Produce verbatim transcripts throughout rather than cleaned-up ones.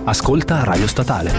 Ascolta Radio Statale.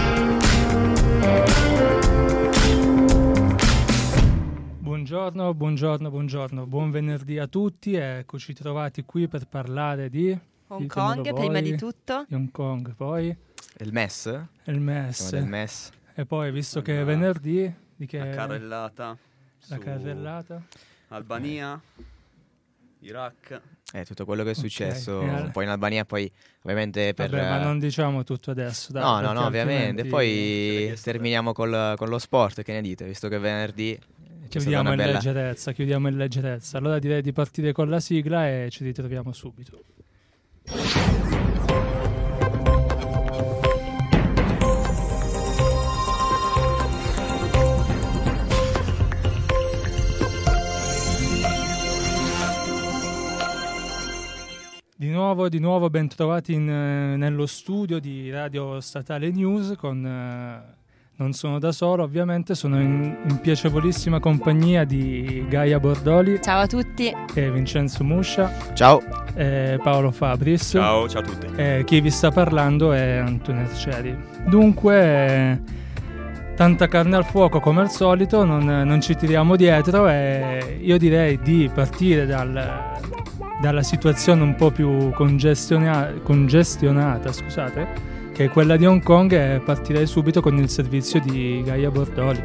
Buongiorno, buongiorno, buongiorno, buon venerdì a tutti, eccoci trovati qui per parlare di Hong Kong, prima di tutto. Di Hong Kong, poi il M E S? Il M E S. Il M E S. E poi, visto che è venerdì, di che la carrellata. La carrellata. Albania, Iraq. Eh, tutto quello che è successo Okay. un po' in Albania, poi ovviamente per... Vabbè, ma non diciamo tutto adesso, dai. No, no, no, ovviamente. altrimenti- Poi terminiamo col, con lo sport, che ne dite? Visto che venerdì c'è stata Chiudiamo una in bella... leggerezza, chiudiamo in leggerezza. Allora direi di partire con la sigla e ci ritroviamo subito. Di nuovo, di nuovo ben trovati in, eh, nello studio di Radio Statale News con... eh, non sono da solo, ovviamente, sono in, in piacevolissima compagnia di Gaia Bordoli. Ciao a tutti. E Vincenzo Muscia. Ciao. E Paolo Fabris. Ciao, ciao a tutti. E chi vi sta parlando è Antonio Arcieri. Dunque, eh, tanta carne al fuoco come al solito, non, non ci tiriamo dietro e io direi di partire dal... dalla situazione un po' più congestiona- congestionata, scusate, che è quella di Hong Kong, e partirei subito con il servizio di Gaia Bordoli.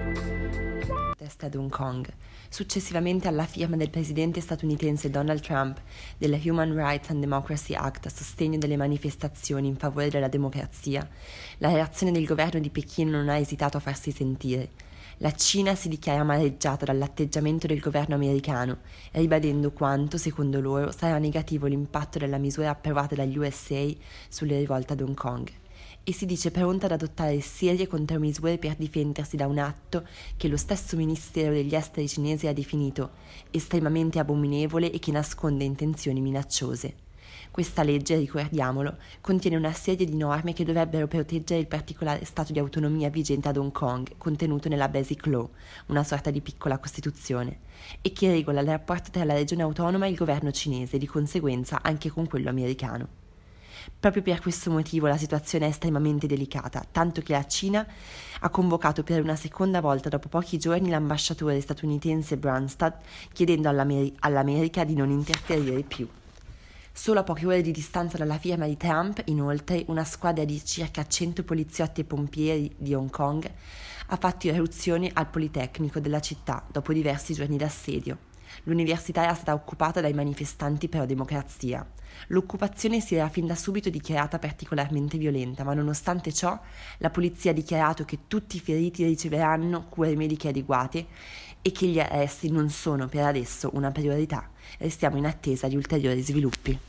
Testa ad Hong Kong. Successivamente alla firma del presidente statunitense Donald Trump della Human Rights and Democracy Act a sostegno delle manifestazioni in favore della democrazia, la reazione del governo di Pechino non ha esitato a farsi sentire. La Cina si dichiara amareggiata dall'atteggiamento del governo americano, ribadendo quanto, secondo loro, sarà negativo l'impatto della misura approvata dagli U S A sulle rivolte ad Hong Kong, e si dice pronta ad adottare serie contromisure per difendersi da un atto che lo stesso Ministero degli Esteri cinese ha definito estremamente abominevole e che nasconde intenzioni minacciose. Questa legge, ricordiamolo, contiene una serie di norme che dovrebbero proteggere il particolare stato di autonomia vigente ad Hong Kong, contenuto nella Basic Law, una sorta di piccola Costituzione, e che regola il rapporto tra la regione autonoma e il governo cinese e di conseguenza anche con quello americano. Proprio per questo motivo la situazione è estremamente delicata, tanto che la Cina ha convocato per una seconda volta dopo pochi giorni l'ambasciatore statunitense Branstad, chiedendo all'Amer- all'America di non interferire più. Solo a poche ore di distanza dalla firma di Trump, inoltre, una squadra di circa cento poliziotti e pompieri di Hong Kong ha fatto irruzione al Politecnico della città dopo diversi giorni d'assedio. L'università era stata occupata dai manifestanti per la democrazia. L'occupazione si era fin da subito dichiarata particolarmente violenta, ma nonostante ciò la polizia ha dichiarato che tutti i feriti riceveranno cure mediche adeguate e che gli arresti non sono per adesso una priorità. Restiamo in attesa di ulteriori sviluppi.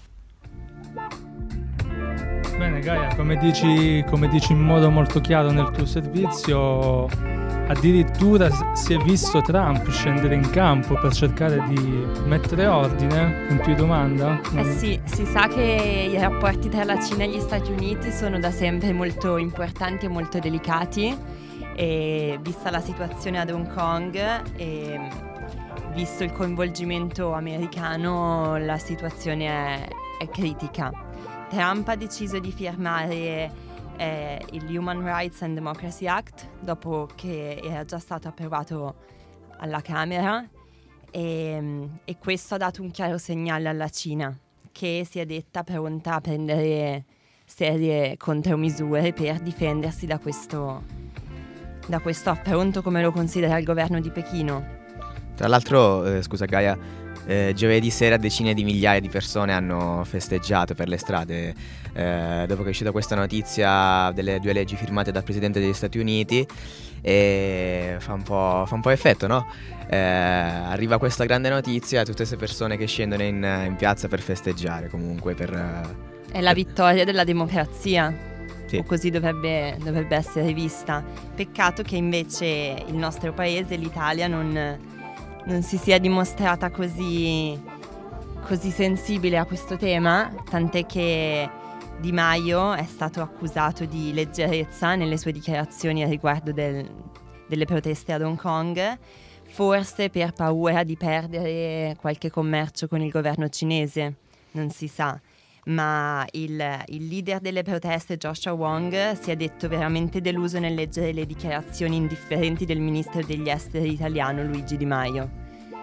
Bene Gaia, come dici, come dici in modo molto chiaro nel tuo servizio, addirittura si è visto Trump scendere in campo per cercare di mettere ordine, punto di domanda? Eh sì, si sa che i rapporti tra la Cina e gli Stati Uniti sono da sempre molto importanti e molto delicati, e vista la situazione ad Hong Kong e visto il coinvolgimento americano, la situazione è, è critica. Trump ha deciso di firmare eh, il Human Rights and Democracy Act dopo che era già stato approvato alla Camera, e, e questo ha dato un chiaro segnale alla Cina, che si è detta pronta a prendere serie contromisure per difendersi da questo, da questo affronto, come lo considera il governo di Pechino. Tra l'altro, eh, scusa Gaia, eh, giovedì sera decine di migliaia di persone hanno festeggiato per le strade eh, dopo che è uscita questa notizia delle due leggi firmate dal Presidente degli Stati Uniti, e fa un po', fa un po' effetto, no? Eh, arriva questa grande notizia, tutte queste persone che scendono in, in piazza per festeggiare, comunque per... Eh, È la vittoria della democrazia. Sì. O così dovrebbe, dovrebbe essere vista. Peccato che invece il nostro paese, l'Italia, non, non si sia dimostrata così, così sensibile a questo tema, tant'è che Di Maio è stato accusato di leggerezza nelle sue dichiarazioni a riguardo del, delle proteste ad Hong Kong, forse per paura di perdere qualche commercio con il governo cinese, non si sa. ma il, il leader delle proteste, Joshua Wong, si è detto veramente deluso nel leggere le dichiarazioni indifferenti del ministro degli esteri italiano Luigi Di Maio.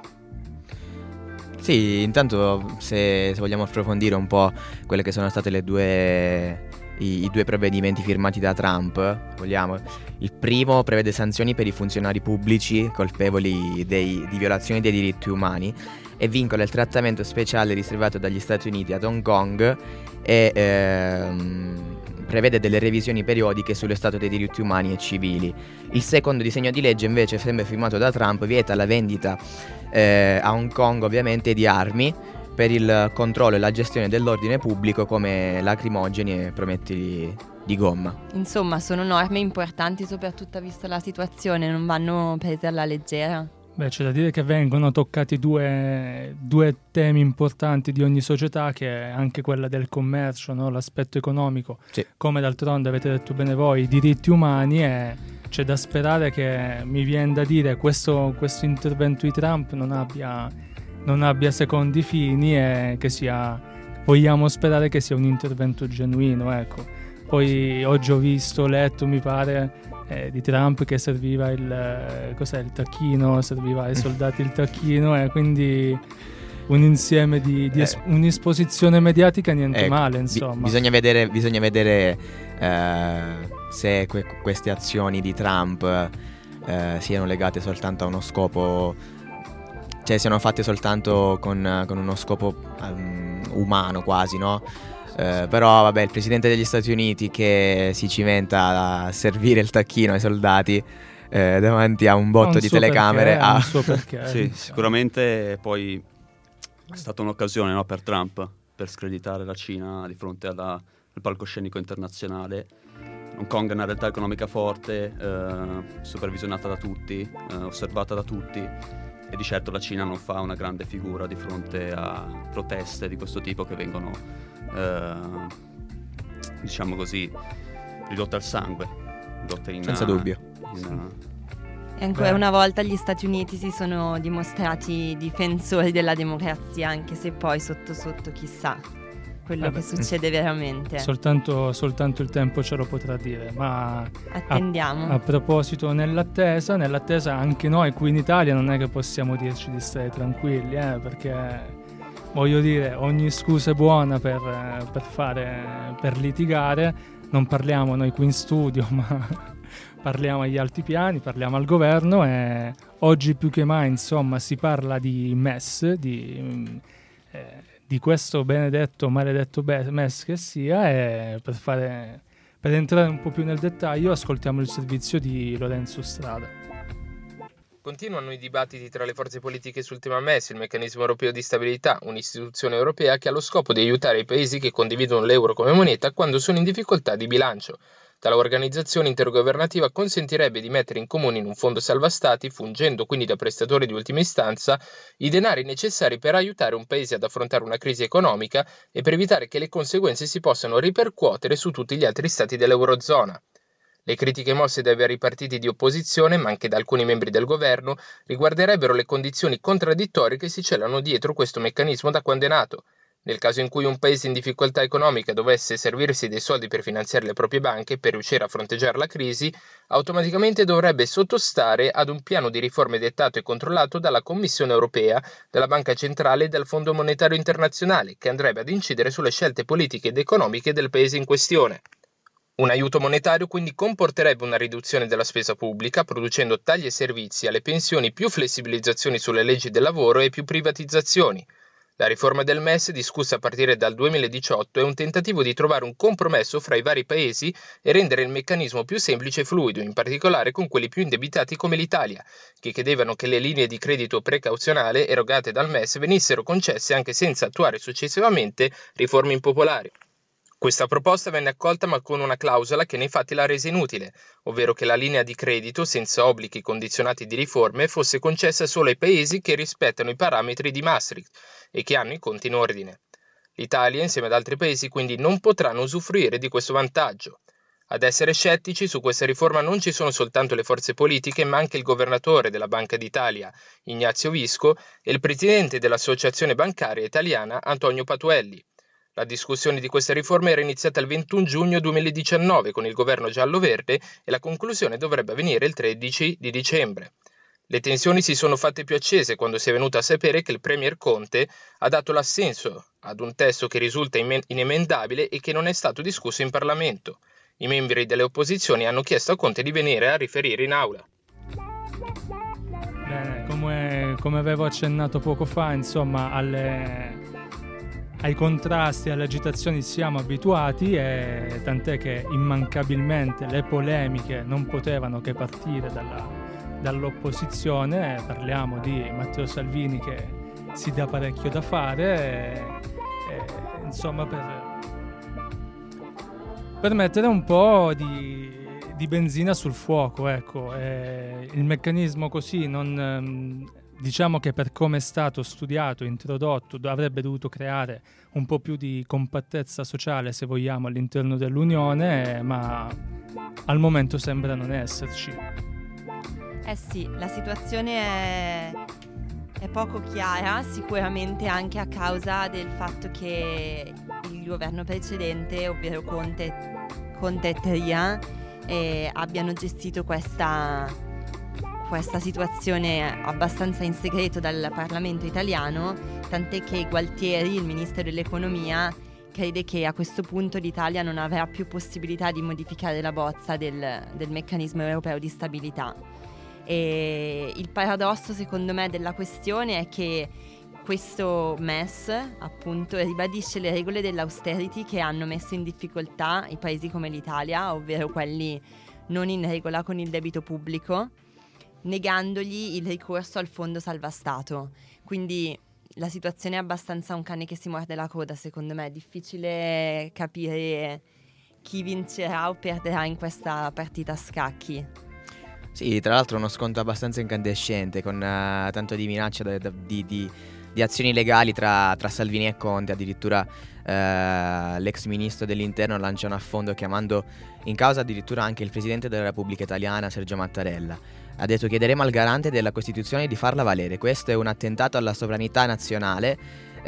Sì, intanto se, se vogliamo approfondire un po' quelle che sono state le due, i, i due provvedimenti firmati da Trump, vogliamo, il primo prevede sanzioni per i funzionari pubblici colpevoli dei, di violazioni dei diritti umani e vincola il trattamento speciale riservato dagli Stati Uniti ad Hong Kong e ehm, prevede delle revisioni periodiche sullo stato dei diritti umani e civili. Il secondo disegno di legge invece, sempre firmato da Trump, vieta la vendita eh, a Hong Kong ovviamente di armi per il controllo e la gestione dell'ordine pubblico come lacrimogeni e proiettili di gomma. Insomma, sono norme importanti soprattutto vista la situazione, non vanno prese alla leggera. Beh, c'è da dire che vengono toccati due, due temi importanti di ogni società, che è anche quella del commercio, no? L'aspetto economico, Sì. Come d'altronde avete detto bene voi, i diritti umani, e c'è da sperare che, mi viene da dire, questo, questo intervento di Trump non abbia, non abbia secondi fini e che sia, vogliamo sperare che sia un intervento genuino, ecco. Poi oggi ho visto, letto, mi pare, Eh, di Trump che serviva il eh, cos'è il tacchino, serviva ai soldati il tacchino, e eh, quindi un insieme di, di es- Eh. un'esposizione mediatica niente Ecco, male, bi- insomma. bisogna vedere, bisogna vedere eh, se que- queste azioni di Trump eh, siano legate soltanto a uno scopo, cioè siano fatte soltanto con, con uno scopo um, umano quasi, no? Eh, però vabbè, il presidente degli Stati Uniti che si cimenta a servire il tacchino ai soldati eh, davanti a un botto Ha un di suo telecamere perché, ha ha- un suo perché, Sì, diciamo. sicuramente poi è stata un'occasione, no, per Trump per screditare la Cina di fronte alla, al palcoscenico internazionale. Hong Kong è una realtà economica forte, eh, supervisionata da tutti, eh, osservata da tutti, e di certo la Cina non fa una grande figura di fronte a proteste di questo tipo che vengono, eh, diciamo così, ridotte al sangue, ridotte in... senza dubbio. in, E ancora Beh. una volta gli Stati Uniti si sono dimostrati difensori della democrazia, anche se poi sotto sotto chissà quello Eh che beh. succede veramente. Soltanto, soltanto il tempo ce lo potrà dire, ma Attendiamo. a proposito, nell'attesa, nell'attesa anche noi qui in Italia non è che possiamo dirci di stare tranquilli, eh, perché voglio dire, ogni scusa è buona per, eh, per fare, per litigare. Non parliamo noi qui in studio, ma parliamo agli alti piani, parliamo al governo, e oggi più che mai, insomma, si parla di M E S, di, eh, di questo benedetto, maledetto be- M E S che sia, e per fare, per entrare un po' più nel dettaglio ascoltiamo il servizio di Lorenzo Strada. Continuano i dibattiti tra le forze politiche sul tema M E S, il meccanismo europeo di stabilità, un'istituzione europea che ha lo scopo di aiutare i paesi che condividono l'euro come moneta quando sono in difficoltà di bilancio. Tale organizzazione intergovernativa consentirebbe di mettere in comune in un fondo salva stati, fungendo quindi da prestatore di ultima istanza, i denari necessari per aiutare un paese ad affrontare una crisi economica e per evitare che le conseguenze si possano ripercuotere su tutti gli altri stati dell'eurozona. Le critiche mosse dai vari partiti di opposizione, ma anche da alcuni membri del governo, riguarderebbero le condizioni contraddittorie che si celano dietro questo meccanismo da quando è nato. Nel caso in cui un paese in difficoltà economica dovesse servirsi dei soldi per finanziare le proprie banche per riuscire a fronteggiare la crisi, automaticamente dovrebbe sottostare ad un piano di riforme dettato e controllato dalla Commissione europea, dalla Banca Centrale e dal Fondo Monetario Internazionale, che andrebbe ad incidere sulle scelte politiche ed economiche del paese in questione. Un aiuto monetario quindi comporterebbe una riduzione della spesa pubblica, producendo tagli ai servizi, alle pensioni, più flessibilizzazioni sulle leggi del lavoro e più privatizzazioni. La riforma del M E S, discussa a partire dal duemiladiciotto, è un tentativo di trovare un compromesso fra i vari paesi e rendere il meccanismo più semplice e fluido, in particolare con quelli più indebitati come l'Italia, che chiedevano che le linee di credito precauzionale erogate dal M E S venissero concesse anche senza attuare successivamente riforme impopolari. Questa proposta venne accolta ma con una clausola che nei fatti l'ha resa inutile, ovvero che la linea di credito senza obblighi condizionati di riforme fosse concessa solo ai paesi che rispettano i parametri di Maastricht e che hanno i conti in ordine. L'Italia, insieme ad altri paesi, quindi non potranno usufruire di questo vantaggio. Ad essere scettici su questa riforma non ci sono soltanto le forze politiche, ma anche il governatore della Banca d'Italia, Ignazio Visco, e il presidente dell'Associazione Bancaria Italiana, Antonio Patuelli. La discussione di queste riforme era iniziata il ventuno giugno duemiladiciannove con il governo giallo-verde e la conclusione dovrebbe avvenire il tredici di dicembre. Le tensioni si sono fatte più accese quando si è venuto a sapere che il premier Conte ha dato l'assenso ad un testo che risulta inemendabile e che non è stato discusso in Parlamento. I membri delle opposizioni hanno chiesto a Conte di venire a riferire in aula. Bene, come, come avevo accennato poco fa, insomma, alle, ai contrasti, alle agitazioni siamo abituati, e tant'è che immancabilmente le polemiche non potevano che partire dalla dall'opposizione. Parliamo di Matteo Salvini che si dà parecchio da fare e, e, insomma per, per mettere un po' di, di benzina sul fuoco, ecco. E il meccanismo così non, diciamo che per come è stato studiato, introdotto, avrebbe dovuto creare un po' più di compattezza sociale, se vogliamo, all'interno dell'Unione, ma al momento sembra non esserci. Eh sì, la situazione è, è poco chiara, sicuramente anche a causa del fatto che il governo precedente, ovvero Conte, Conte e Tria, eh, abbiano gestito questa, questa situazione abbastanza in segreto dal Parlamento italiano, tant'è che Gualtieri, il ministro dell'economia, crede che a questo punto l'Italia non avrà più possibilità di modificare la bozza del, del meccanismo europeo di stabilità. E il paradosso, secondo me, della questione è che questo M E S, appunto, ribadisce le regole dell'austerity che hanno messo in difficoltà i paesi come l'Italia, ovvero quelli non in regola con il debito pubblico, negandogli il ricorso al fondo salva Stato. Quindi la situazione è abbastanza un cane che si morde la coda, secondo me. È difficile capire chi vincerà o perderà in questa partita a scacchi. Sì, tra l'altro uno scontro abbastanza incandescente, con uh, tanto di minaccia da, da, di, di, di azioni legali tra, tra Salvini e Conte. Addirittura uh, l'ex ministro dell'interno lancia un affondo chiamando in causa addirittura anche il presidente della Repubblica Italiana, Sergio Mattarella. Ha detto: chiederemo al garante della Costituzione di farla valere, questo è un attentato alla sovranità nazionale,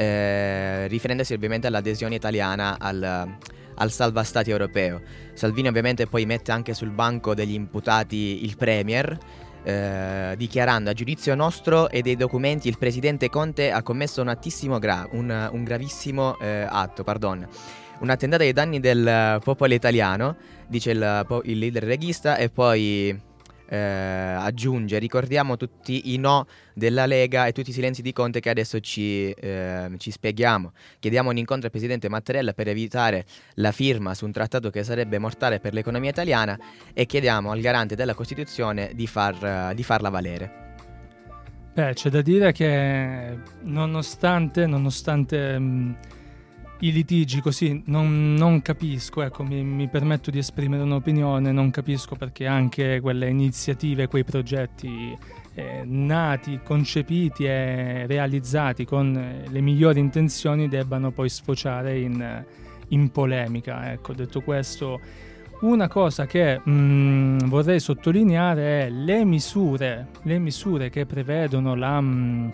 eh, riferendosi ovviamente all'adesione italiana al... al salva stati europeo. Salvini ovviamente poi mette anche sul banco degli imputati il premier, eh, dichiarando: a giudizio nostro e dei documenti il presidente Conte ha commesso un attissimo gra- un, un gravissimo eh, atto, pardon. Un attentato ai danni del popolo italiano, dice il, il leader leghista, e poi eh, aggiunge: ricordiamo tutti i no della Lega e tutti i silenzi di Conte che adesso ci, eh, ci spieghiamo. Chiediamo un incontro al presidente Mattarella per evitare la firma su un trattato che sarebbe mortale per l'economia italiana, e chiediamo al garante della Costituzione di, far, di farla valere. Beh, c'è da dire che nonostante, nonostante mh, i litigi così, non, non capisco, ecco, mi, mi permetto di esprimere un'opinione, non capisco perché anche quelle iniziative, quei progetti eh, nati, concepiti e realizzati con le migliori intenzioni debbano poi sfociare in, in polemica. Ecco, detto questo, una cosa che mh, vorrei sottolineare è le misure, le misure che prevedono la... Mh,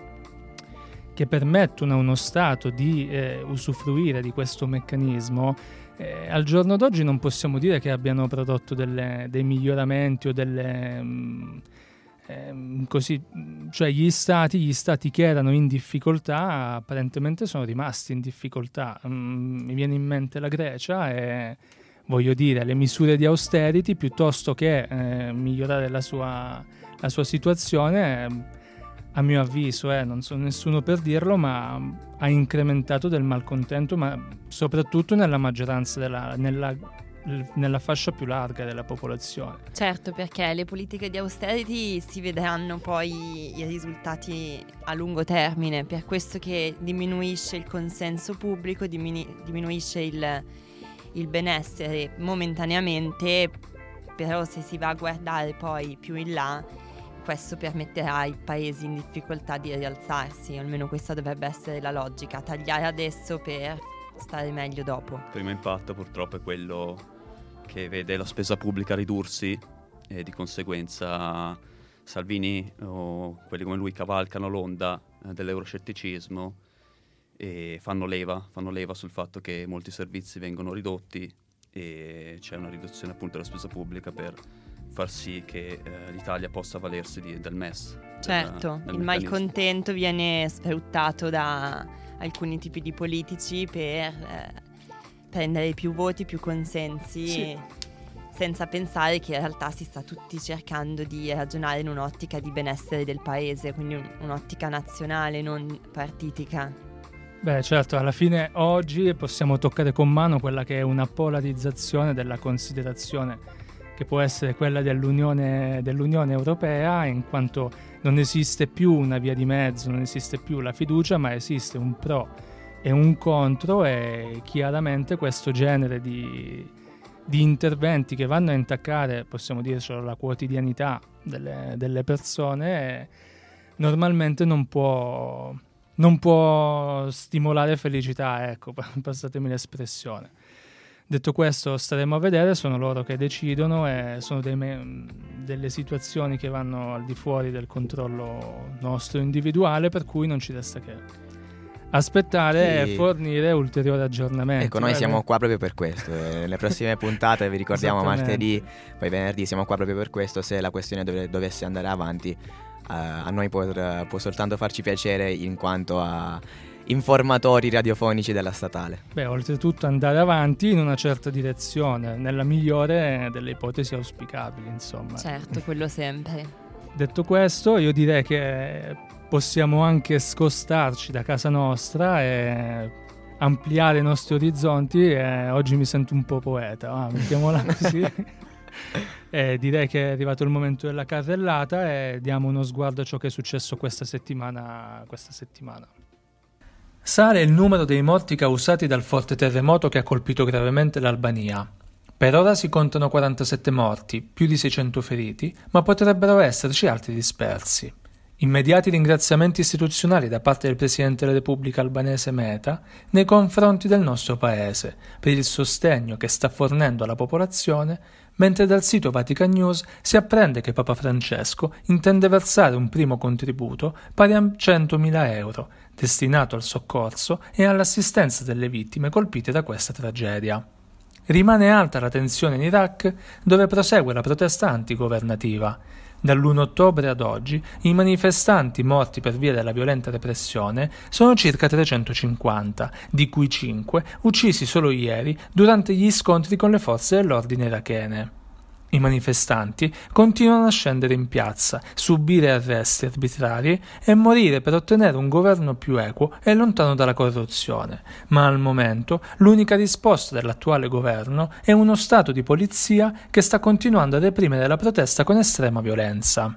che permettono a uno Stato di eh, usufruire di questo meccanismo, eh, al giorno d'oggi non possiamo dire che abbiano prodotto delle, dei miglioramenti o delle... Mh, eh, così, cioè gli stati, gli stati che erano in difficoltà apparentemente sono rimasti in difficoltà. Mm, mi viene in mente la Grecia e voglio dire, le misure di austerity, piuttosto che eh, migliorare la sua, la sua situazione, a mio avviso, eh, non sono nessuno per dirlo, ma ha incrementato del malcontento, ma soprattutto nella maggioranza, della, nella, nella fascia più larga della popolazione. Certo, perché le politiche di austerity si vedranno poi i risultati a lungo termine, per questo che diminuisce il consenso pubblico, diminu- diminuisce il, il benessere momentaneamente, però se si va a guardare poi più in là, questo permetterà ai paesi in difficoltà di rialzarsi, almeno questa dovrebbe essere la logica, tagliare adesso per stare meglio dopo. Il primo impatto purtroppo è quello che vede la spesa pubblica ridursi e di conseguenza Salvini o quelli come lui cavalcano l'onda dell'euroscetticismo e fanno leva, fanno leva sul fatto che molti servizi vengono ridotti e c'è una riduzione appunto della spesa pubblica per far sì che eh, l'Italia possa avvalersi di, del M E S. Certo, del, del il malcontento viene sfruttato da alcuni tipi di politici per eh, prendere più voti, più consensi, sì, senza pensare che in realtà si sta tutti cercando di ragionare in un'ottica di benessere del paese, quindi un, un'ottica nazionale, non partitica. Beh, certo, alla fine oggi possiamo toccare con mano quella che è una polarizzazione della considerazione che può essere quella dell'Unione, dell'Unione Europea, in quanto non esiste più una via di mezzo, non esiste più la fiducia, ma esiste un pro e un contro, e chiaramente questo genere di, di interventi che vanno a intaccare, possiamo dircelo, la quotidianità delle, delle persone, normalmente non può... non può stimolare felicità, ecco, passatemi l'espressione. Detto questo, staremo a vedere, sono loro che decidono e sono dei me- delle situazioni che vanno al di fuori del controllo nostro individuale, per cui non ci resta che aspettare sì. e fornire ulteriori aggiornamenti. Ecco, noi eh, siamo qua proprio per questo. Nelle prossime puntate, vi ricordiamo, martedì, poi venerdì, siamo qua proprio per questo. Se la questione dov- dovesse andare avanti, Uh, a noi può, può soltanto farci piacere in quanto a informatori radiofonici della statale. Beh, oltretutto andare avanti in una certa direzione, nella migliore delle ipotesi auspicabili, insomma. Certo, quello sempre. Detto questo, io direi che possiamo anche scostarci da casa nostra e ampliare i nostri orizzonti, e oggi mi sento un po' poeta, ah, mettiamola così. E direi che è arrivato il momento della carrellata e diamo uno sguardo a ciò che è successo questa settimana, questa settimana. Sale il numero dei morti causati dal forte terremoto che ha colpito gravemente l'Albania. Per ora si contano quarantasette morti, più di seicento feriti, ma potrebbero esserci altri dispersi. Immediati ringraziamenti istituzionali da parte del Presidente della Repubblica albanese Meta nei confronti del nostro paese per il sostegno che sta fornendo alla popolazione, mentre dal sito Vatican News si apprende che Papa Francesco intende versare un primo contributo pari a centomila euro, destinato al soccorso e all'assistenza delle vittime colpite da questa tragedia. Rimane alta la tensione in Iraq, dove prosegue la protesta antigovernativa. Dall'primo ottobre ad oggi i manifestanti morti per via della violenta repressione sono circa trecentocinquanta, di cui cinque uccisi solo ieri durante gli scontri con le forze dell'ordine irachene. I manifestanti continuano a scendere in piazza, subire arresti arbitrari e morire per ottenere un governo più equo e lontano dalla corruzione, ma al momento l'unica risposta dell'attuale governo è uno stato di polizia che sta continuando a reprimere la protesta con estrema violenza.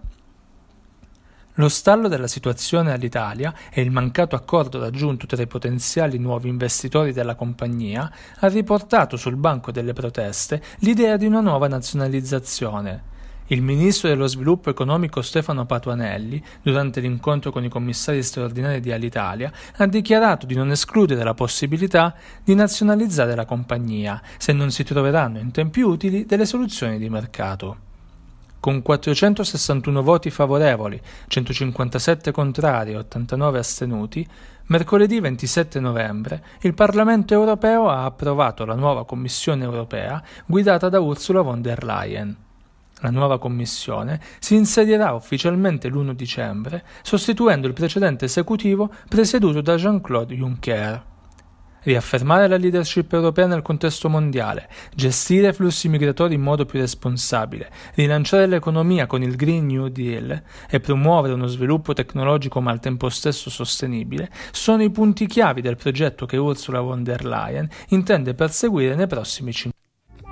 Lo stallo della situazione all'Italia e il mancato accordo raggiunto tra i potenziali nuovi investitori della compagnia ha riportato sul banco delle proteste l'idea di una nuova nazionalizzazione. Il ministro dello sviluppo economico Stefano Patuanelli, durante l'incontro con i commissari straordinari di Alitalia, ha dichiarato di non escludere la possibilità di nazionalizzare la compagnia se non si troveranno in tempi utili delle soluzioni di mercato. Con quattrocentosessantuno voti favorevoli, centocinquantasette contrari e ottantanove astenuti, mercoledì ventisette novembre il Parlamento europeo ha approvato la nuova Commissione europea guidata da Ursula von der Leyen. La nuova Commissione si insedierà ufficialmente l'primo dicembre, sostituendo il precedente esecutivo presieduto da Jean-Claude Juncker. Riaffermare la leadership europea nel contesto mondiale, gestire i flussi migratori in modo più responsabile, rilanciare l'economia con il Green New Deal e promuovere uno sviluppo tecnologico ma al tempo stesso sostenibile sono i punti chiavi del progetto che Ursula von der Leyen intende perseguire nei prossimi cinque anni.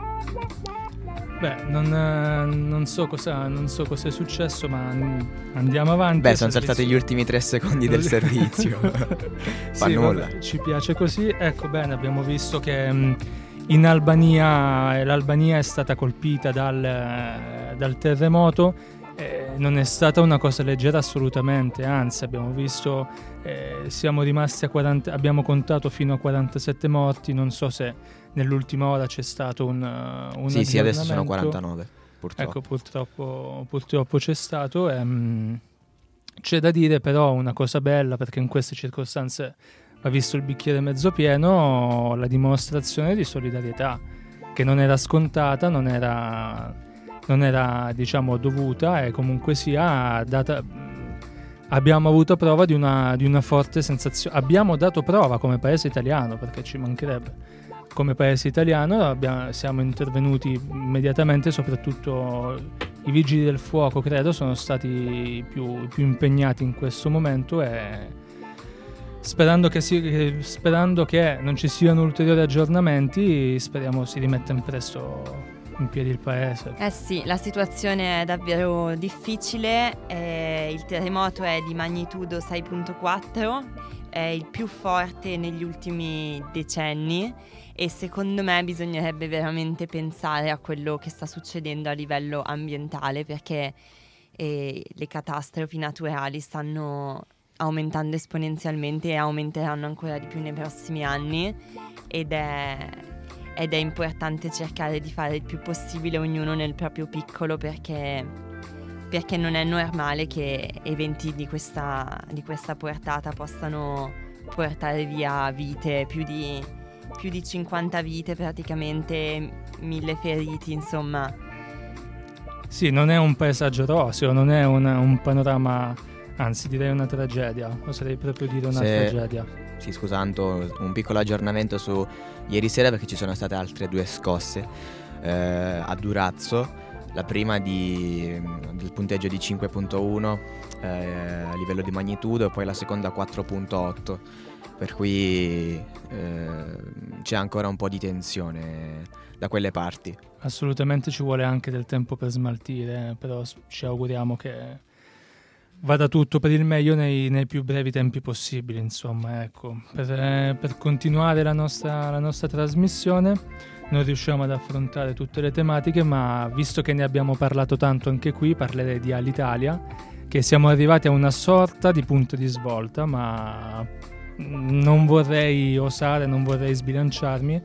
Beh, non, non so cosa non so cosa è successo, ma andiamo avanti. Beh, sono saltati gli ultimi tre secondi del servizio. Fa sì, nulla. Vabbè, ci piace così. Ecco, bene, abbiamo visto che mh, in Albania l'Albania è stata colpita dal, dal terremoto. Eh, non è stata una cosa leggera assolutamente, anzi abbiamo visto eh, siamo rimasti a quaranta, abbiamo contato fino a quarantasette morti. Non so se nell'ultima ora c'è stato un, un sì sì adesso sono quarantanove purtroppo. Ecco, purtroppo, purtroppo c'è stato ehm, c'è da dire però una cosa bella, perché in queste circostanze va visto il bicchiere mezzo pieno, la dimostrazione di solidarietà, che non era scontata, non era, non era diciamo dovuta, e comunque sia data, abbiamo avuto prova di una, di una forte sensazione, abbiamo dato prova come paese italiano, perché ci mancherebbe, come paese italiano abbiamo, siamo intervenuti immediatamente, soprattutto i vigili del fuoco credo sono stati più, più impegnati in questo momento, e sperando che, si, sperando che non ci siano ulteriori aggiornamenti, speriamo si rimetta in presto in piedi il paese. Eh sì, la situazione è davvero difficile, eh, il terremoto è di magnitudo sei virgola quattro, è il più forte negli ultimi decenni, e secondo me bisognerebbe veramente pensare a quello che sta succedendo a livello ambientale, perché eh, le catastrofi naturali stanno aumentando esponenzialmente e aumenteranno ancora di più nei prossimi anni, ed è, ed è importante cercare di fare il più possibile ognuno nel proprio piccolo, perché, perché non è normale che eventi di questa, di questa portata possano portare via vite, più di più di cinquanta vite praticamente, mille feriti, insomma. Sì, non è un paesaggio roseo, non è una, un panorama, anzi direi una tragedia, oserei proprio dire una Se... tragedia. Sì, scusa Anto, un piccolo aggiornamento su ieri sera, perché ci sono state altre due scosse eh, a Durazzo, la prima di, del punteggio di cinque virgola uno eh, a livello di magnitudo, e poi la seconda quattro virgola otto, per cui eh, c'è ancora un po' di tensione da quelle parti. Assolutamente ci vuole anche del tempo per smaltire, eh, però ci auguriamo che vada tutto per il meglio nei, nei più brevi tempi possibili, insomma, ecco. Per, eh, per continuare la nostra, la nostra trasmissione non riusciamo ad affrontare tutte le tematiche, ma visto che ne abbiamo parlato tanto anche qui, parlerei di Alitalia, che siamo arrivati a una sorta di punto di svolta, ma non vorrei osare, non vorrei sbilanciarmi.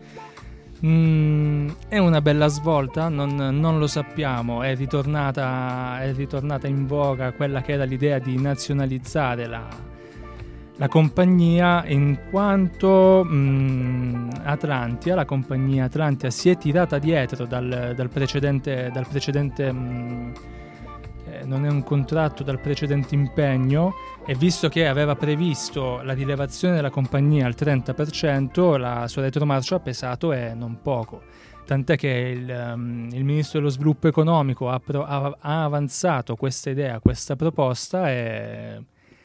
Mm, è una bella svolta, non, non lo sappiamo, è ritornata, è ritornata in voga quella che era l'idea di nazionalizzare la, la compagnia, in quanto mm, Atlantia, la compagnia Atlantia si è tirata dietro dal, dal precedente, dal precedente mm, eh, non è un contratto, dal precedente impegno, e visto che aveva previsto la rilevazione della compagnia al trenta per cento, la sua retromarcia ha pesato, e non poco. Tant'è che il, um, il ministro dello sviluppo economico ha, pro- ha, ha avanzato questa idea, questa proposta, e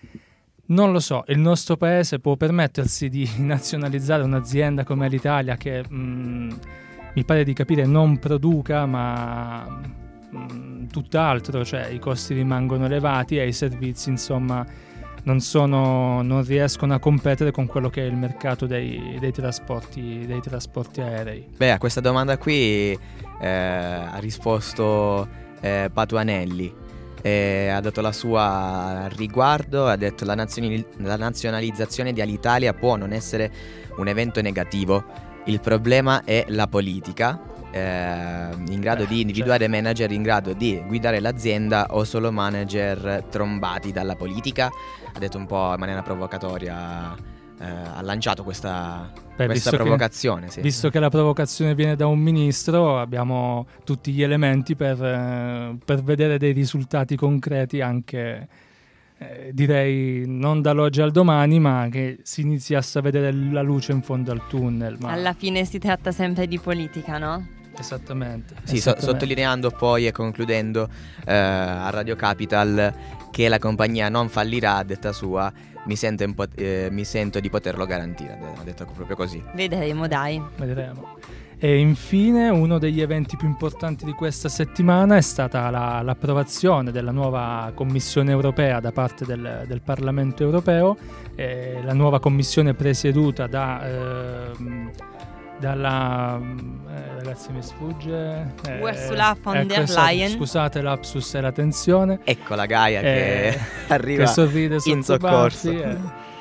non lo so, il nostro paese può permettersi di nazionalizzare un'azienda come l'Italia, che mh, mi pare di capire non produca, ma mh, tutt'altro, cioè i costi rimangono elevati e i servizi, insomma, non sono, non riescono a competere con quello che è il mercato dei, dei trasporti, dei trasporti aerei. Beh, a questa domanda qui eh, ha risposto eh, Patuanelli. E ha dato la sua al riguardo, ha detto la, nazioni- la nazionalizzazione di Alitalia può non essere un evento negativo, il problema è la politica, eh, in grado di individuare manager in grado di guidare l'azienda o solo manager trombati dalla politica. Ha detto un po' in maniera provocatoria, eh, ha lanciato questa, Beh, questa visto provocazione. Che, sì. Visto che la provocazione viene da un ministro, abbiamo tutti gli elementi per, eh, per vedere dei risultati concreti, anche eh, direi non dall'oggi al domani, ma che si iniziasse a vedere la luce in fondo al tunnel. Ma... Alla fine si tratta sempre di politica, no? Esattamente. Sì, esattamente. So, sottolineando poi e concludendo eh, a Radio Capital che la compagnia non fallirà, a detta sua, mi sento, in pot- eh, mi sento di poterlo garantire, ha detto proprio così. Vedremo, dai. Vedremo. E infine uno degli eventi più importanti di questa settimana è stata la, l'approvazione della nuova Commissione europea da parte del, del Parlamento europeo, eh, la nuova Commissione presieduta da... Eh, dalla eh, ragazzi mi sfugge eh, Ursula von ecco, der esatto, Leyen. Scusate lapsus e la tensione. Ecco la Gaia che eh, arriva che sorride in soccorso. eh.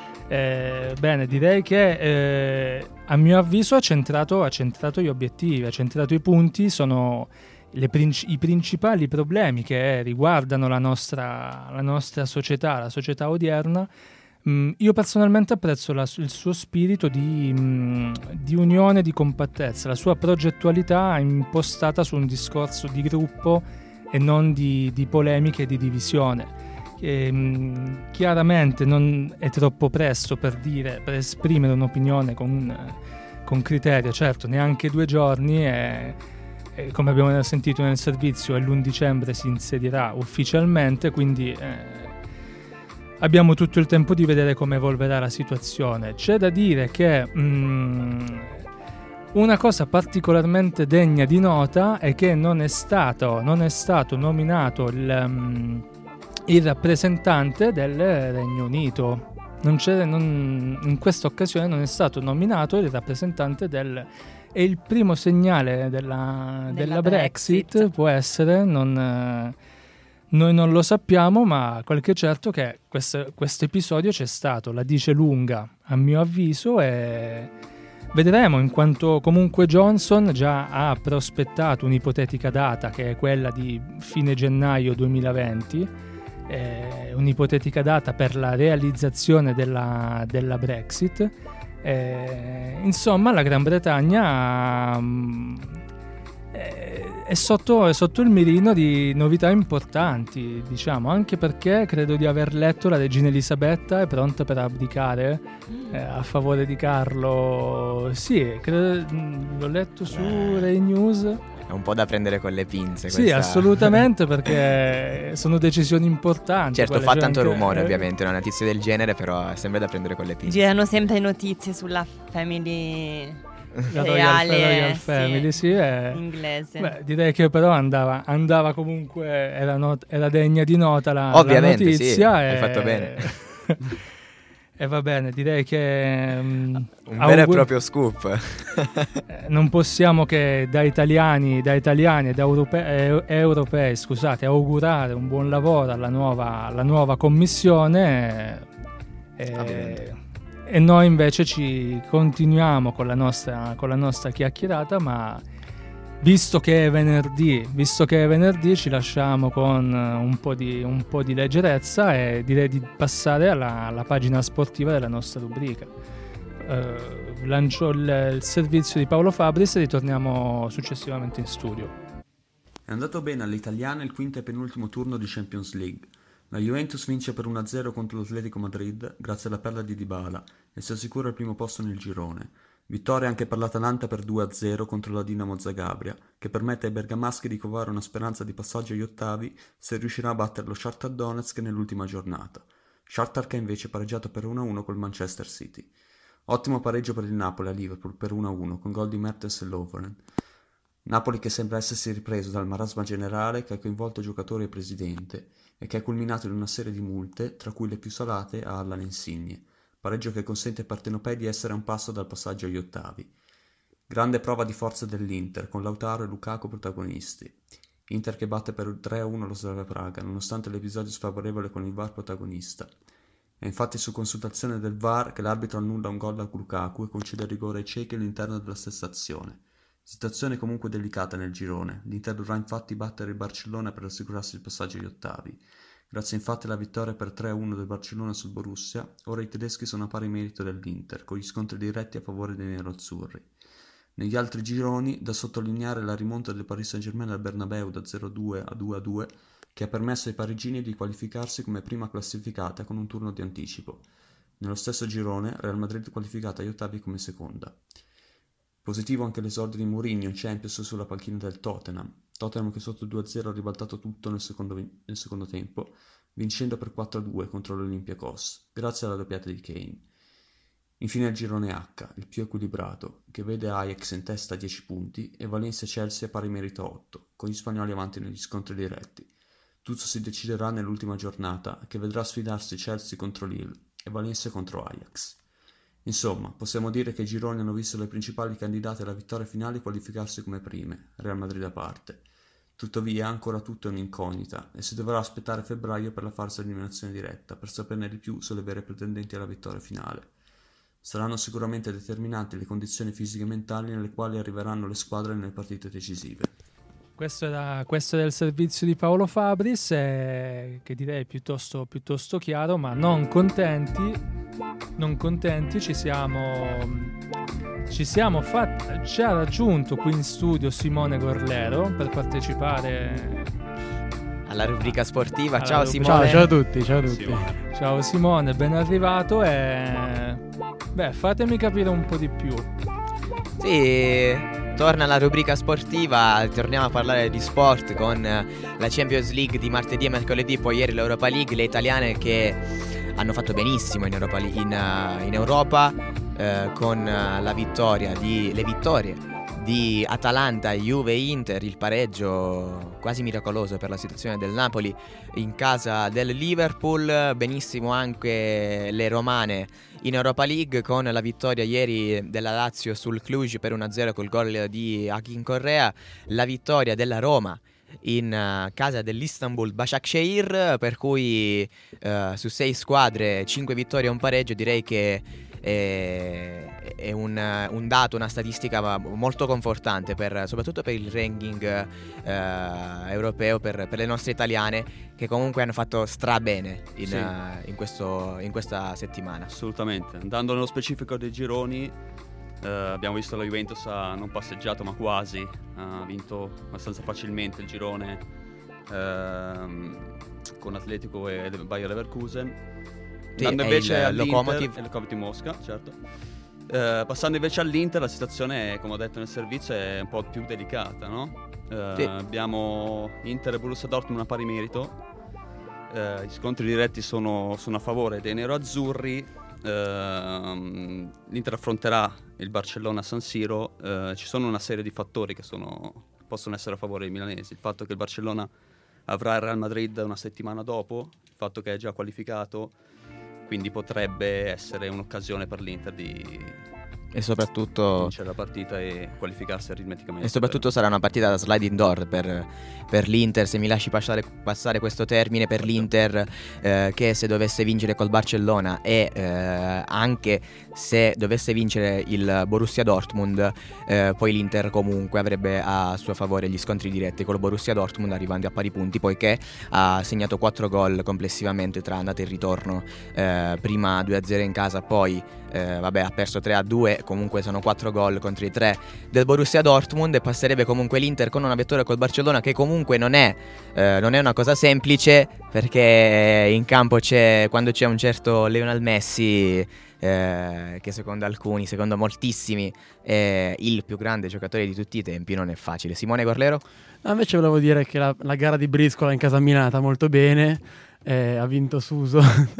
Eh, bene, direi che eh, a mio avviso ha centrato, ha centrato gli obiettivi, ha centrato i punti, sono le princi- i principali problemi che riguardano la nostra, la nostra società, la società odierna. Mm, io personalmente apprezzo la, il suo spirito di, mm, di unione, di compattezza, la sua progettualità impostata su un discorso di gruppo e non di, di polemiche e di divisione. E, mm, chiaramente non è troppo presto per dire, per esprimere un'opinione con, con criterio, certo neanche due giorni e, e come abbiamo sentito nel servizio l'primo dicembre si insedierà ufficialmente, quindi eh, abbiamo tutto il tempo di vedere come evolverà la situazione. C'è da dire che mm, una cosa particolarmente degna di nota è che non è stato, non è stato nominato il, um, il rappresentante del Regno Unito. Non c'è, non, in questa occasione non è stato nominato il rappresentante del... E il primo segnale della, della, della Brexit, Brexit può essere... non Noi non lo sappiamo, ma quel che è certo che questo episodio c'è stato, la dice lunga a mio avviso, e vedremo, in quanto comunque Johnson già ha prospettato un'ipotetica data che è quella di fine gennaio duemilaventi, eh, un'ipotetica data per la realizzazione della, della Brexit. Eh, insomma, la Gran Bretagna... Um, È sotto, è sotto il mirino di novità importanti, diciamo, anche perché credo di aver letto la regina Elisabetta è pronta per abdicare eh, a favore di Carlo. Sì, credo, l'ho letto su Rai News. È un po' da prendere con le pinze. Sì, questa... assolutamente, perché sono decisioni importanti. Certo, quelle, fa cioè tanto anche... rumore ovviamente una notizia del genere, però è sempre da prendere con le pinze. Girano sempre notizie sulla family... La Royal, reale, Royal Family, sì, sì, è... inglese. Beh, direi che però andava, andava comunque, era, not- era degna di nota la, Ovviamente, la notizia. sì, e... hai fatto bene. E va bene, direi che... Um, un vero augur- e proprio scoop. Non possiamo che da italiani, da italiani e da europe- eh, europei, scusate, augurare un buon lavoro alla nuova, alla nuova commissione. E... E noi invece ci continuiamo con la nostra, con la nostra chiacchierata, ma visto che è venerdì, visto che è venerdì ci lasciamo con un po' di, un po' di leggerezza e direi di passare alla, alla pagina sportiva della nostra rubrica. Uh, lancio il, il servizio di Paolo Fabris e ritorniamo successivamente in studio. È andato bene all'italiana il quinto e penultimo turno di Champions League. La Juventus vince per uno a zero contro l'Atletico Madrid grazie alla perla di Dybala e si assicura il primo posto nel girone. Vittoria anche per l'Atalanta per due a zero contro la Dinamo Zagabria, che permette ai bergamaschi di covare una speranza di passaggio agli ottavi se riuscirà a battere lo Shakhtar Donetsk nell'ultima giornata. Shakhtar che ha invece pareggiato per uno a uno col Manchester City. Ottimo pareggio per il Napoli a Liverpool per uno a uno con gol di Mertens e Lovren. Napoli che sembra essersi ripreso dal marasma generale che ha coinvolto giocatori e presidente e che è culminato in una serie di multe, tra cui le più salate a Allan Insigne, pareggio che consente ai partenopei di essere a un passo dal passaggio agli ottavi. Grande prova di forza dell'Inter, con Lautaro e Lukaku protagonisti. Inter che batte per tre a uno lo Slavia Praga, nonostante l'episodio sfavorevole con il V A R protagonista. È infatti su consultazione del V A R che l'arbitro annulla un gol a Lukaku e concede il rigore ai cechi all'interno della stessa azione. Situazione comunque delicata nel girone, l'Inter dovrà infatti battere il Barcellona per assicurarsi il passaggio agli ottavi. Grazie infatti alla vittoria per tre a uno del Barcellona sul Borussia, ora i tedeschi sono a pari merito dell'Inter, con gli scontri diretti a favore dei neroazzurri. Negli altri gironi, da sottolineare la rimonta del Paris Saint-Germain al Bernabeu da zero a due a due a due, che ha permesso ai parigini di qualificarsi come prima classificata con un turno di anticipo. Nello stesso girone, Real Madrid qualificata agli ottavi come seconda. Positivo anche l'esordio di Mourinho in Champions sulla panchina del Tottenham. Tottenham che sotto due a zero ha ribaltato tutto nel secondo, nel secondo tempo, vincendo per quattro a due contro l'Olympiacos, grazie alla doppiata di Kane. Infine il girone H, il più equilibrato, che vede Ajax in testa a dieci punti e Valencia e Chelsea a pari merito a otto, con gli spagnoli avanti negli scontri diretti. Tutto si deciderà nell'ultima giornata, che vedrà sfidarsi Chelsea contro Lille e Valencia contro Ajax. Insomma, possiamo dire che i gironi hanno visto le principali candidate alla vittoria finale qualificarsi come prime, Real Madrid a parte. Tuttavia, ancora tutto è un'incognita e si dovrà aspettare febbraio per la fase di eliminazione diretta per saperne di più sulle vere pretendenti alla vittoria finale. Saranno sicuramente determinanti le condizioni fisiche e mentali nelle quali arriveranno le squadre nelle partite decisive. Questo era, questo era il servizio di Paolo Fabris, eh, che direi piuttosto, piuttosto chiaro, ma non contenti, non contenti ci siamo, ci siamo fatti, ci ha raggiunto qui in studio Simone Gorlero per partecipare alla rubrica sportiva. alla Ciao rubrica- Simone. Ciao, ciao a tutti, ciao a tutti. Simone. Ciao Simone, ben arrivato e beh, fatemi capire un po' di più. Sì, torna alla rubrica sportiva, torniamo a parlare di sport con la Champions League di martedì e mercoledì, poi ieri l'Europa League, le italiane che hanno fatto benissimo in Europa, in, in Europa eh, con la vittoria di, le vittorie di Atalanta, Juve e Inter, il pareggio quasi miracoloso per la situazione del Napoli in casa del Liverpool, benissimo anche le romane in Europa League con la vittoria ieri della Lazio sul Cluj per uno a zero col gol di Akin Correa, la vittoria della Roma in uh, casa dell'Istanbul Başakşehir, per cui uh, su sei squadre cinque vittorie e un pareggio, direi che è, è un, un dato, una statistica molto confortante per, soprattutto per il ranking uh, europeo, per, per le nostre italiane che comunque hanno fatto strabene in, Sì. uh, in, questo, in questa settimana. Assolutamente. Andando nello specifico dei gironi, eh, abbiamo visto la Juventus ha non passeggiato ma quasi, ha vinto abbastanza facilmente il girone ehm, con Atletico e Bayer Leverkusen. Sì, Andando è invece il all'Inter, Lokomotiv. e il Lokomotiv Mosca, certo. Eh, passando invece all'Inter, la situazione, come ho detto nel servizio, è un po' più delicata, no? Eh, Sì. Abbiamo Inter e Borussia Dortmund a pari merito. Eh, gli scontri diretti sono, sono a favore dei nerazzurri. Uh, L'Inter affronterà il Barcellona a San Siro. Uh, ci sono una serie di fattori che sono, possono essere a favore dei milanesi. Il fatto che il Barcellona avrà il Real Madrid una settimana dopo, il fatto che è già qualificato, quindi potrebbe essere un'occasione per l'Inter di E soprattutto vincere la partita e qualificarsi aritmeticamente. E soprattutto sarà una partita da sliding door per, per l'Inter, se mi lasci passare, passare questo termine, per l'Inter eh, che se dovesse vincere col Barcellona e eh, anche se dovesse vincere il Borussia Dortmund, eh, poi l'Inter comunque avrebbe a suo favore gli scontri diretti col Borussia Dortmund, arrivando a pari punti, poiché ha segnato quattro gol complessivamente tra andata e ritorno, eh, prima due a zero in casa, poi eh, vabbè ha perso tre a due, comunque sono quattro gol contro i tre del Borussia Dortmund, e passerebbe comunque l'Inter con una vittoria col Barcellona, che comunque non è, eh, non è una cosa semplice, perché in campo c'è, quando c'è un certo Lionel Messi, eh, che secondo alcuni, secondo moltissimi, è il più grande giocatore di tutti i tempi, non è facile. Simone Gorlero? No, invece volevo dire che la, la gara di Briscola in casa Milano è andata molto bene, eh, ha vinto Suso.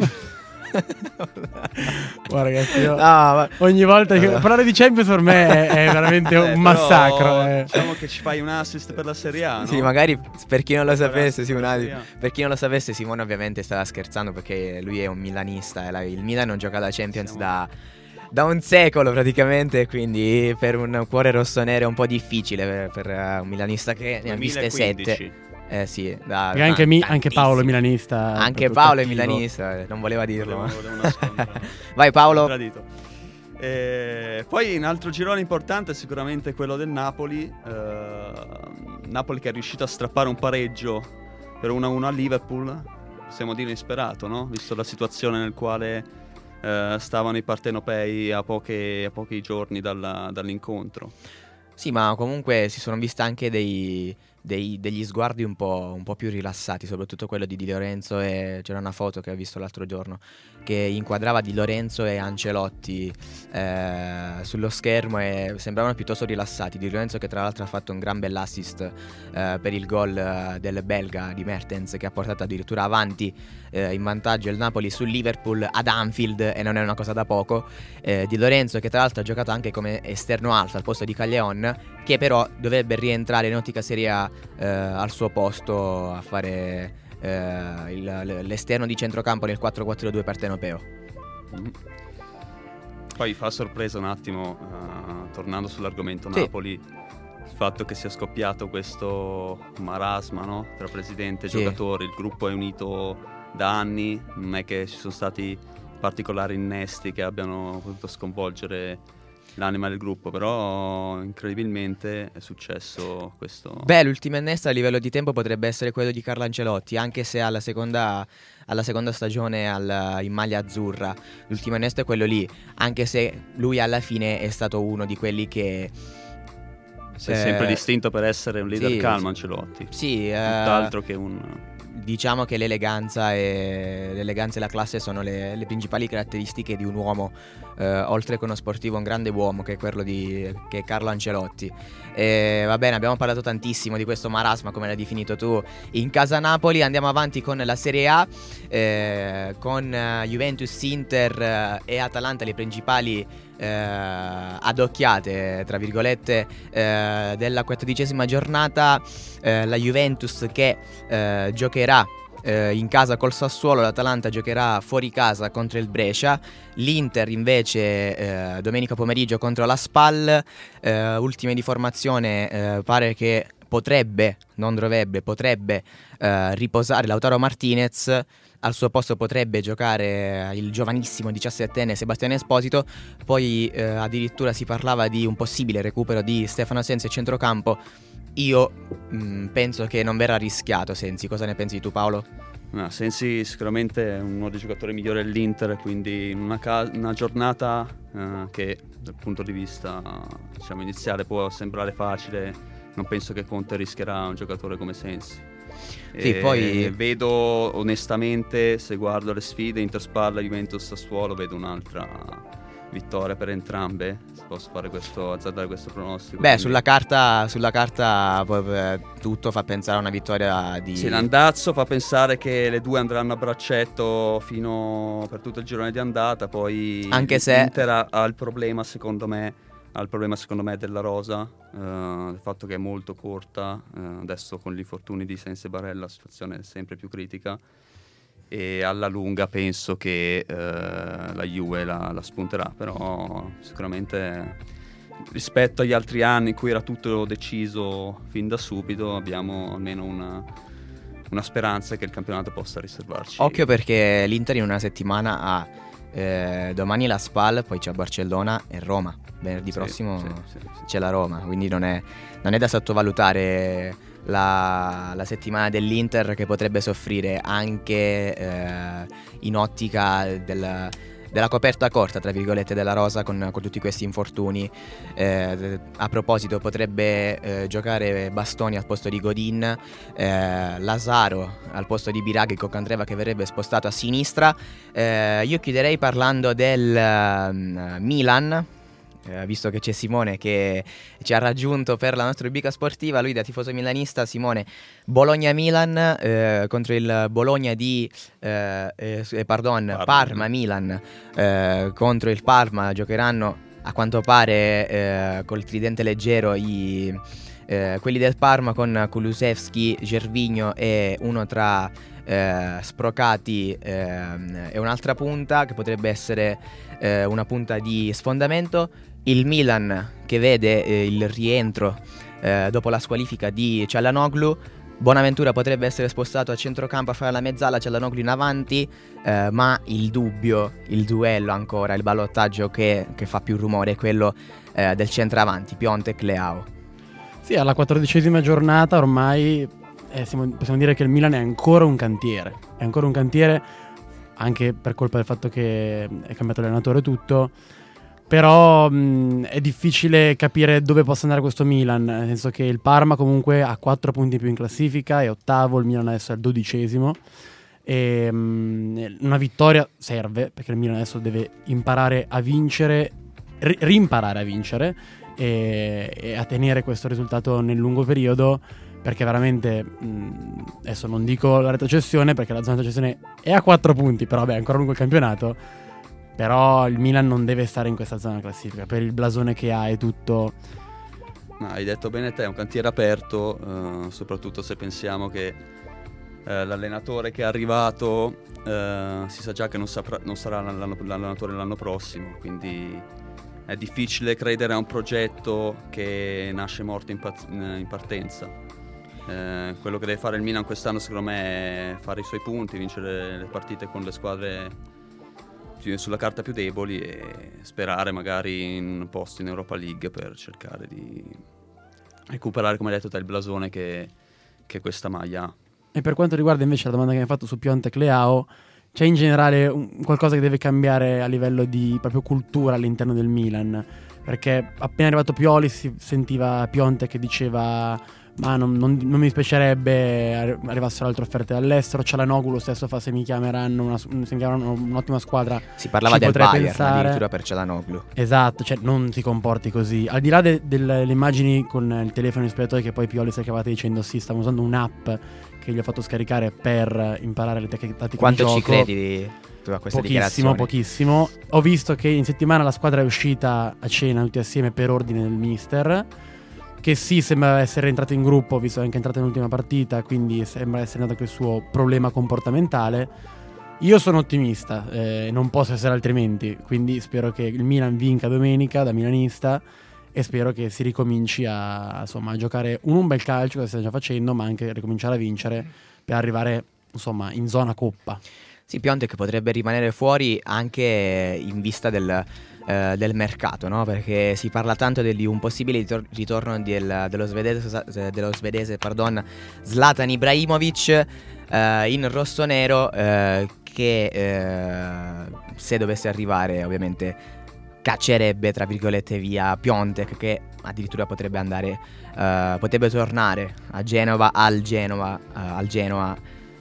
Guarda ragazzi, io No, ma... ogni volta che parlare di Champions per me è, è veramente Eh, un massacro. però, eh. Diciamo che ci fai un assist per la Serie A, no? Sì, magari per chi non lo Per sapesse, la Simone, Serie A. per chi non lo sapesse, Simone ovviamente stava scherzando, perché lui è un milanista e la- il Milan non gioca alla Champions Siamo- da, da un secolo praticamente, quindi per un cuore rossonero è un po' difficile per, per, eh, un milanista che ne ha viste duemilaquindici. sette. Eh sì, da, Perché anche, mi- tan- anche Paolo è tantissimi. milanista. Anche proprio Paolo è cattivo. milanista, eh, non voleva dirlo. Volevo- ma- volevo nascondere. Vai Paolo. Tradito. Eh, poi un altro girone importante è sicuramente quello del Napoli. Eh, Napoli che è riuscito a strappare un pareggio per uno a uno a Liverpool. Possiamo dire insperato, no? Visto la situazione nel quale eh, stavano i partenopei a, poche, a pochi giorni dalla- dall'incontro. Sì, ma comunque si sono viste anche dei, dei- degli sguardi un po', un po' più rilassati, soprattutto quello di Di Lorenzo, e c'era una foto che ho visto l'altro giorno che inquadrava Di Lorenzo e Ancelotti eh, sullo schermo, e sembravano piuttosto rilassati. Di Lorenzo che tra l'altro ha fatto un gran bell'assist eh, per il gol eh, del belga di Mertens, che ha portato addirittura avanti eh, in vantaggio il Napoli sul Liverpool ad Anfield, e non è una cosa da poco. eh, Di Lorenzo che tra l'altro ha giocato anche come esterno alto al posto di Callejon, che però dovrebbe rientrare in ottica Serie A eh, al suo posto a fare eh, il- l'esterno di centrocampo nel quattro quattro due partenopeo. Mm. Poi fa sorpresa un attimo, eh, tornando sull'argomento Sì. Napoli, il fatto che sia scoppiato questo marasma, no? Tra presidente e Sì. giocatori. Il gruppo è unito da anni, non è che ci sono stati particolari innesti che abbiano potuto sconvolgere l'anima del gruppo, però incredibilmente è successo questo. Beh, l'ultimo innesto a livello di tempo potrebbe essere quello di Carlo Ancelotti, anche se alla seconda, alla seconda stagione al, in maglia azzurra l'ultimo innesto è quello lì, anche se lui alla fine è stato uno di quelli che si è eh, sempre distinto per essere un leader sì, calmo Ancelotti, sì, tutt'altro uh, che un... Diciamo che l'eleganza e, l'eleganza e la classe sono le, le principali caratteristiche di un uomo, eh, oltre che uno sportivo, un grande uomo che è quello di che è Carlo Ancelotti. E, va bene, abbiamo parlato tantissimo di questo marasma, come l'hai definito tu, in casa Napoli. Andiamo avanti con la Serie A, eh, con uh, Juventus, Inter uh, e Atalanta, le principali eh, adocchiate, tra virgolette, eh, della quattordicesima giornata. Eh, la Juventus che eh, giocherà eh, in casa col Sassuolo, l'Atalanta giocherà fuori casa contro il Brescia, l'Inter invece eh, domenica pomeriggio contro la Spal. Eh, ultime di formazione, eh, pare che potrebbe, non dovrebbe, potrebbe eh, riposare Lautaro Martinez. Al suo posto potrebbe giocare il giovanissimo diciassettenne Sebastiano Esposito. Poi eh, addirittura si parlava di un possibile recupero di Stefano Sensi a centrocampo. Io mh, penso che non verrà rischiato Sensi. Cosa ne pensi tu, Paolo? No, Sensi sicuramente è uno dei giocatori migliori dell'Inter, quindi in una, ca- una giornata eh, che dal punto di vista diciamo iniziale può sembrare facile, non penso che Conte rischierà un giocatore come Sensi. Sì, e poi vedo onestamente, se guardo le sfide Inter-Spalla, Juventus-Sassuolo, vedo un'altra vittoria per entrambe, se posso fare questo, azzardare questo pronostico. Beh, sulla carta, sulla carta eh, tutto fa pensare a una vittoria di... Sì, l'andazzo fa pensare che le due andranno a braccetto fino per tutto il girone di andata, poi anche se l'Inter ha, ha il problema secondo me ha il problema secondo me della rosa, eh, il fatto che è molto corta, eh, adesso con gli infortuni di Sensi e Barella la situazione è sempre più critica, e alla lunga penso che eh, la Juve la, la spunterà, però sicuramente rispetto agli altri anni in cui era tutto deciso fin da subito abbiamo almeno una, una speranza che il campionato possa riservarci. Occhio, perché l'Inter in una settimana ha eh, domani la Spal, poi c'è Barcellona e Roma. Venerdì sì, prossimo sì, sì, sì. c'è la Roma, quindi non è, non è da sottovalutare la, la settimana dell'Inter, che potrebbe soffrire anche eh, in ottica del, della coperta corta, tra virgolette, della rosa con, con tutti questi infortuni. Eh, a proposito, potrebbe eh, giocare Bastoni al posto di Godin, eh, Lazaro al posto di Biraghi, con Candreva che verrebbe spostato a sinistra. Eh, io chiuderei parlando del uh, Milan. Eh, visto che c'è Simone che ci ha raggiunto per la nostra rubrica sportiva, lui da tifoso milanista. Simone, Bologna-Milan eh, contro il Bologna di eh, eh, pardon, Parma. Parma-Milan eh, contro il Parma giocheranno a quanto pare eh, col tridente leggero i, eh, quelli del Parma, con Kulusevski, Gervinho e uno tra eh, Sprocati eh, e un'altra punta che potrebbe essere eh, una punta di sfondamento. Il Milan che vede eh, il rientro eh, dopo la squalifica di Çalhanoğlu. Bonaventura potrebbe essere spostato a centrocampo a fare la mezzala, Çalhanoğlu in avanti, eh, ma il dubbio, il duello ancora, il ballottaggio che, che fa più rumore è quello eh, del centravanti, Piontek-Leao. Sì, alla quattordicesima giornata ormai eh, siamo, possiamo dire che il Milan è ancora un cantiere, è ancora un cantiere anche per colpa del fatto che è cambiato allenatore e tutto. Però mh, è difficile capire dove possa andare questo Milan, nel senso che il Parma comunque ha quattro punti in più in classifica, è ottavo, il Milan adesso è al dodicesimo, e mh, una vittoria serve, perché il Milan adesso deve imparare a vincere, ri- rimparare a vincere e, e a tenere questo risultato nel lungo periodo, perché veramente mh, adesso non dico la retrocessione, perché la zona di retrocessione è a quattro punti, però beh, è ancora lungo il campionato. Però il Milan non deve stare in questa zona classifica per il blasone che ha e tutto. No, hai detto bene te, è un cantiere aperto, eh, soprattutto se pensiamo che eh, l'allenatore che è arrivato eh, si sa già che non, saprà, non sarà l'anno, l'allenatore l'anno prossimo, quindi è difficile credere a un progetto che nasce morto in, paz- in partenza. Eh, quello che deve fare il Milan quest'anno secondo me è fare i suoi punti, vincere le partite con le squadre più, sulla carta più deboli e sperare magari in un posto in Europa League per cercare di recuperare, come hai detto te, il blasone che, che questa maglia ha. E per quanto riguarda invece la domanda che mi hai fatto su Piontek Leao, c'è in generale un, qualcosa che deve cambiare a livello di proprio cultura all'interno del Milan, perché appena arrivato Pioli si sentiva Piontek che diceva ma non, non, non mi dispiacerebbe arrivassero altre offerte dall'estero. Çalhanoğlu lo stesso fa: se mi chiameranno una, se mi chiameranno un'ottima squadra si parlava del potrei Bayern pensare. Addirittura per Çalhanoğlu. Esatto, cioè non ti comporti così. Al di là de, delle immagini con il telefono in spogliatoio che poi Pioli si è cavato dicendo sì, stavo usando un'app che gli ho fatto scaricare per imparare le tec- tattiche quanto di gioco. ci credi tu a questa pochissimo, dichiarazione? Pochissimo. Ho visto che in settimana la squadra è uscita a cena tutti assieme per ordine del mister, che sì, sembra essere entrato in gruppo, visto che è anche entrato nell'ultima partita, quindi sembra essere nato anche il suo problema comportamentale. Io sono ottimista, eh, non posso essere altrimenti, quindi spero che il Milan vinca domenica da milanista e spero che si ricominci a, insomma, a giocare un, un bel calcio che stiamo già facendo, ma anche ricominciare a vincere per arrivare, insomma, in zona coppa. Sì, Piontek potrebbe rimanere fuori anche in vista del, eh, del mercato, no? Perché si parla tanto di un possibile ritor- ritorno del, dello svedese, dello svedese pardon, Zlatan Ibrahimovic eh, in rossonero, eh, che eh, se dovesse arrivare ovviamente caccerebbe tra virgolette via Piontek, che addirittura potrebbe andare eh, potrebbe tornare a Genova al Genova eh, al Genoa.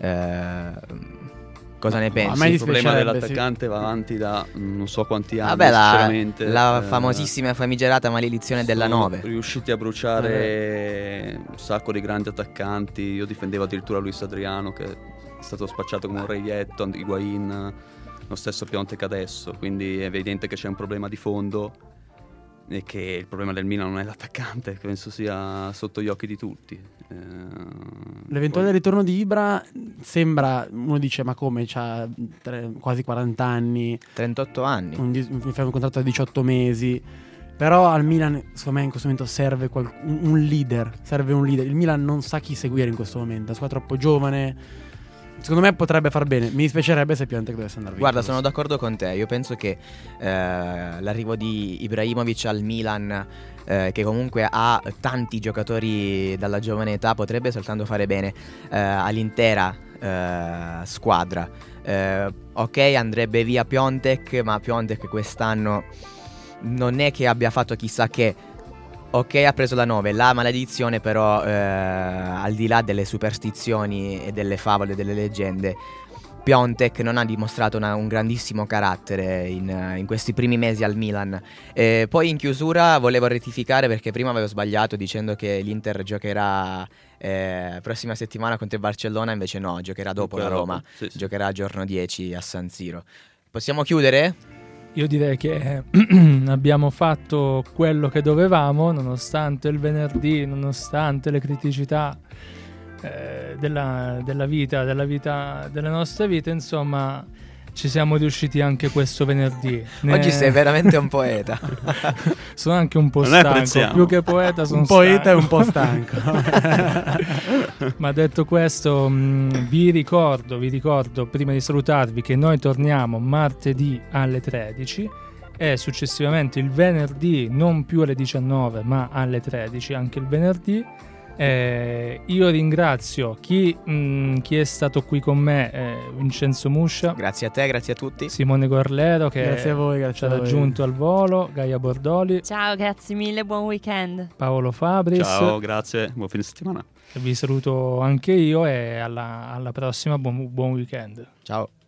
eh, Cosa ne pensi? No, Il problema dispiacerebbe, dell'attaccante sì. va avanti da non so quanti anni. Vabbè, la, sinceramente. la Eh, famosissima e famigerata maledizione della sono nove. riusciti a bruciare un sacco di grandi attaccanti. Io difendevo addirittura Luis Adriano, che è stato spacciato come un reietto, Higuain, lo stesso Piontek adesso. Quindi è evidente che c'è un problema di fondo e che il problema del Milan non è l'attaccante, che penso sia sotto gli occhi di tutti. Eh, L'eventuale poi... ritorno di Ibra sembra, uno dice ma come, c'ha tre, quasi quaranta anni, trentotto anni. un, mi fa un contratto da diciotto mesi, però al Milan secondo me in questo momento serve qual, un, un leader, serve un leader. Il Milan non sa chi seguire in questo momento, è una squadra troppo giovane. Secondo me potrebbe far bene. Mi dispiacerebbe se Piontek dovesse andare via. Guarda, sono d'accordo con te. Io penso che eh, l'arrivo di Ibrahimovic al Milan, eh, che comunque ha tanti giocatori dalla giovane età, potrebbe soltanto fare bene eh, all'intera eh, squadra. Eh, ok, andrebbe via Piontek, ma Piontek quest'anno non è che abbia fatto chissà che. Ok, ha preso la nove, la maledizione però, eh, al di là delle superstizioni e delle favole e delle leggende, Piontek non ha dimostrato una, un grandissimo carattere in, in questi primi mesi al Milan. Eh, poi in chiusura volevo rettificare, perché prima avevo sbagliato dicendo che l'Inter giocherà eh, prossima settimana contro il Barcellona, invece no, giocherà dopo la Roma, dopo, sì, sì. Giocherà giorno dieci a San Siro. Possiamo chiudere? Io direi che abbiamo fatto quello che dovevamo, nonostante il venerdì, nonostante le criticità eh, della, della vita, della vita, delle nostre vite, insomma, ci siamo riusciti anche questo venerdì. Ne... Oggi sei veramente un poeta. Sono anche un po' Non stanco, più che poeta sono un poeta e stanco. un po' stanco. Ma detto questo, mh, vi ricordo, vi ricordo prima di salutarvi che noi torniamo martedì alle tredici e successivamente il venerdì, non più alle diciannove ma alle tredici anche il venerdì. Eh, io ringrazio chi, mh, chi è stato qui con me, eh, Vincenzo Muscia, Grazie a te, grazie a tutti. Simone Gorlero che Grazie a voi, ci grazie ha a voi. raggiunto al volo, Gaia Bordoli, Ciao, grazie mille, buon weekend. Paolo Fabris. Ciao, grazie, buon fine settimana. Vi saluto anche io e alla, alla prossima, buon, buon weekend. Ciao.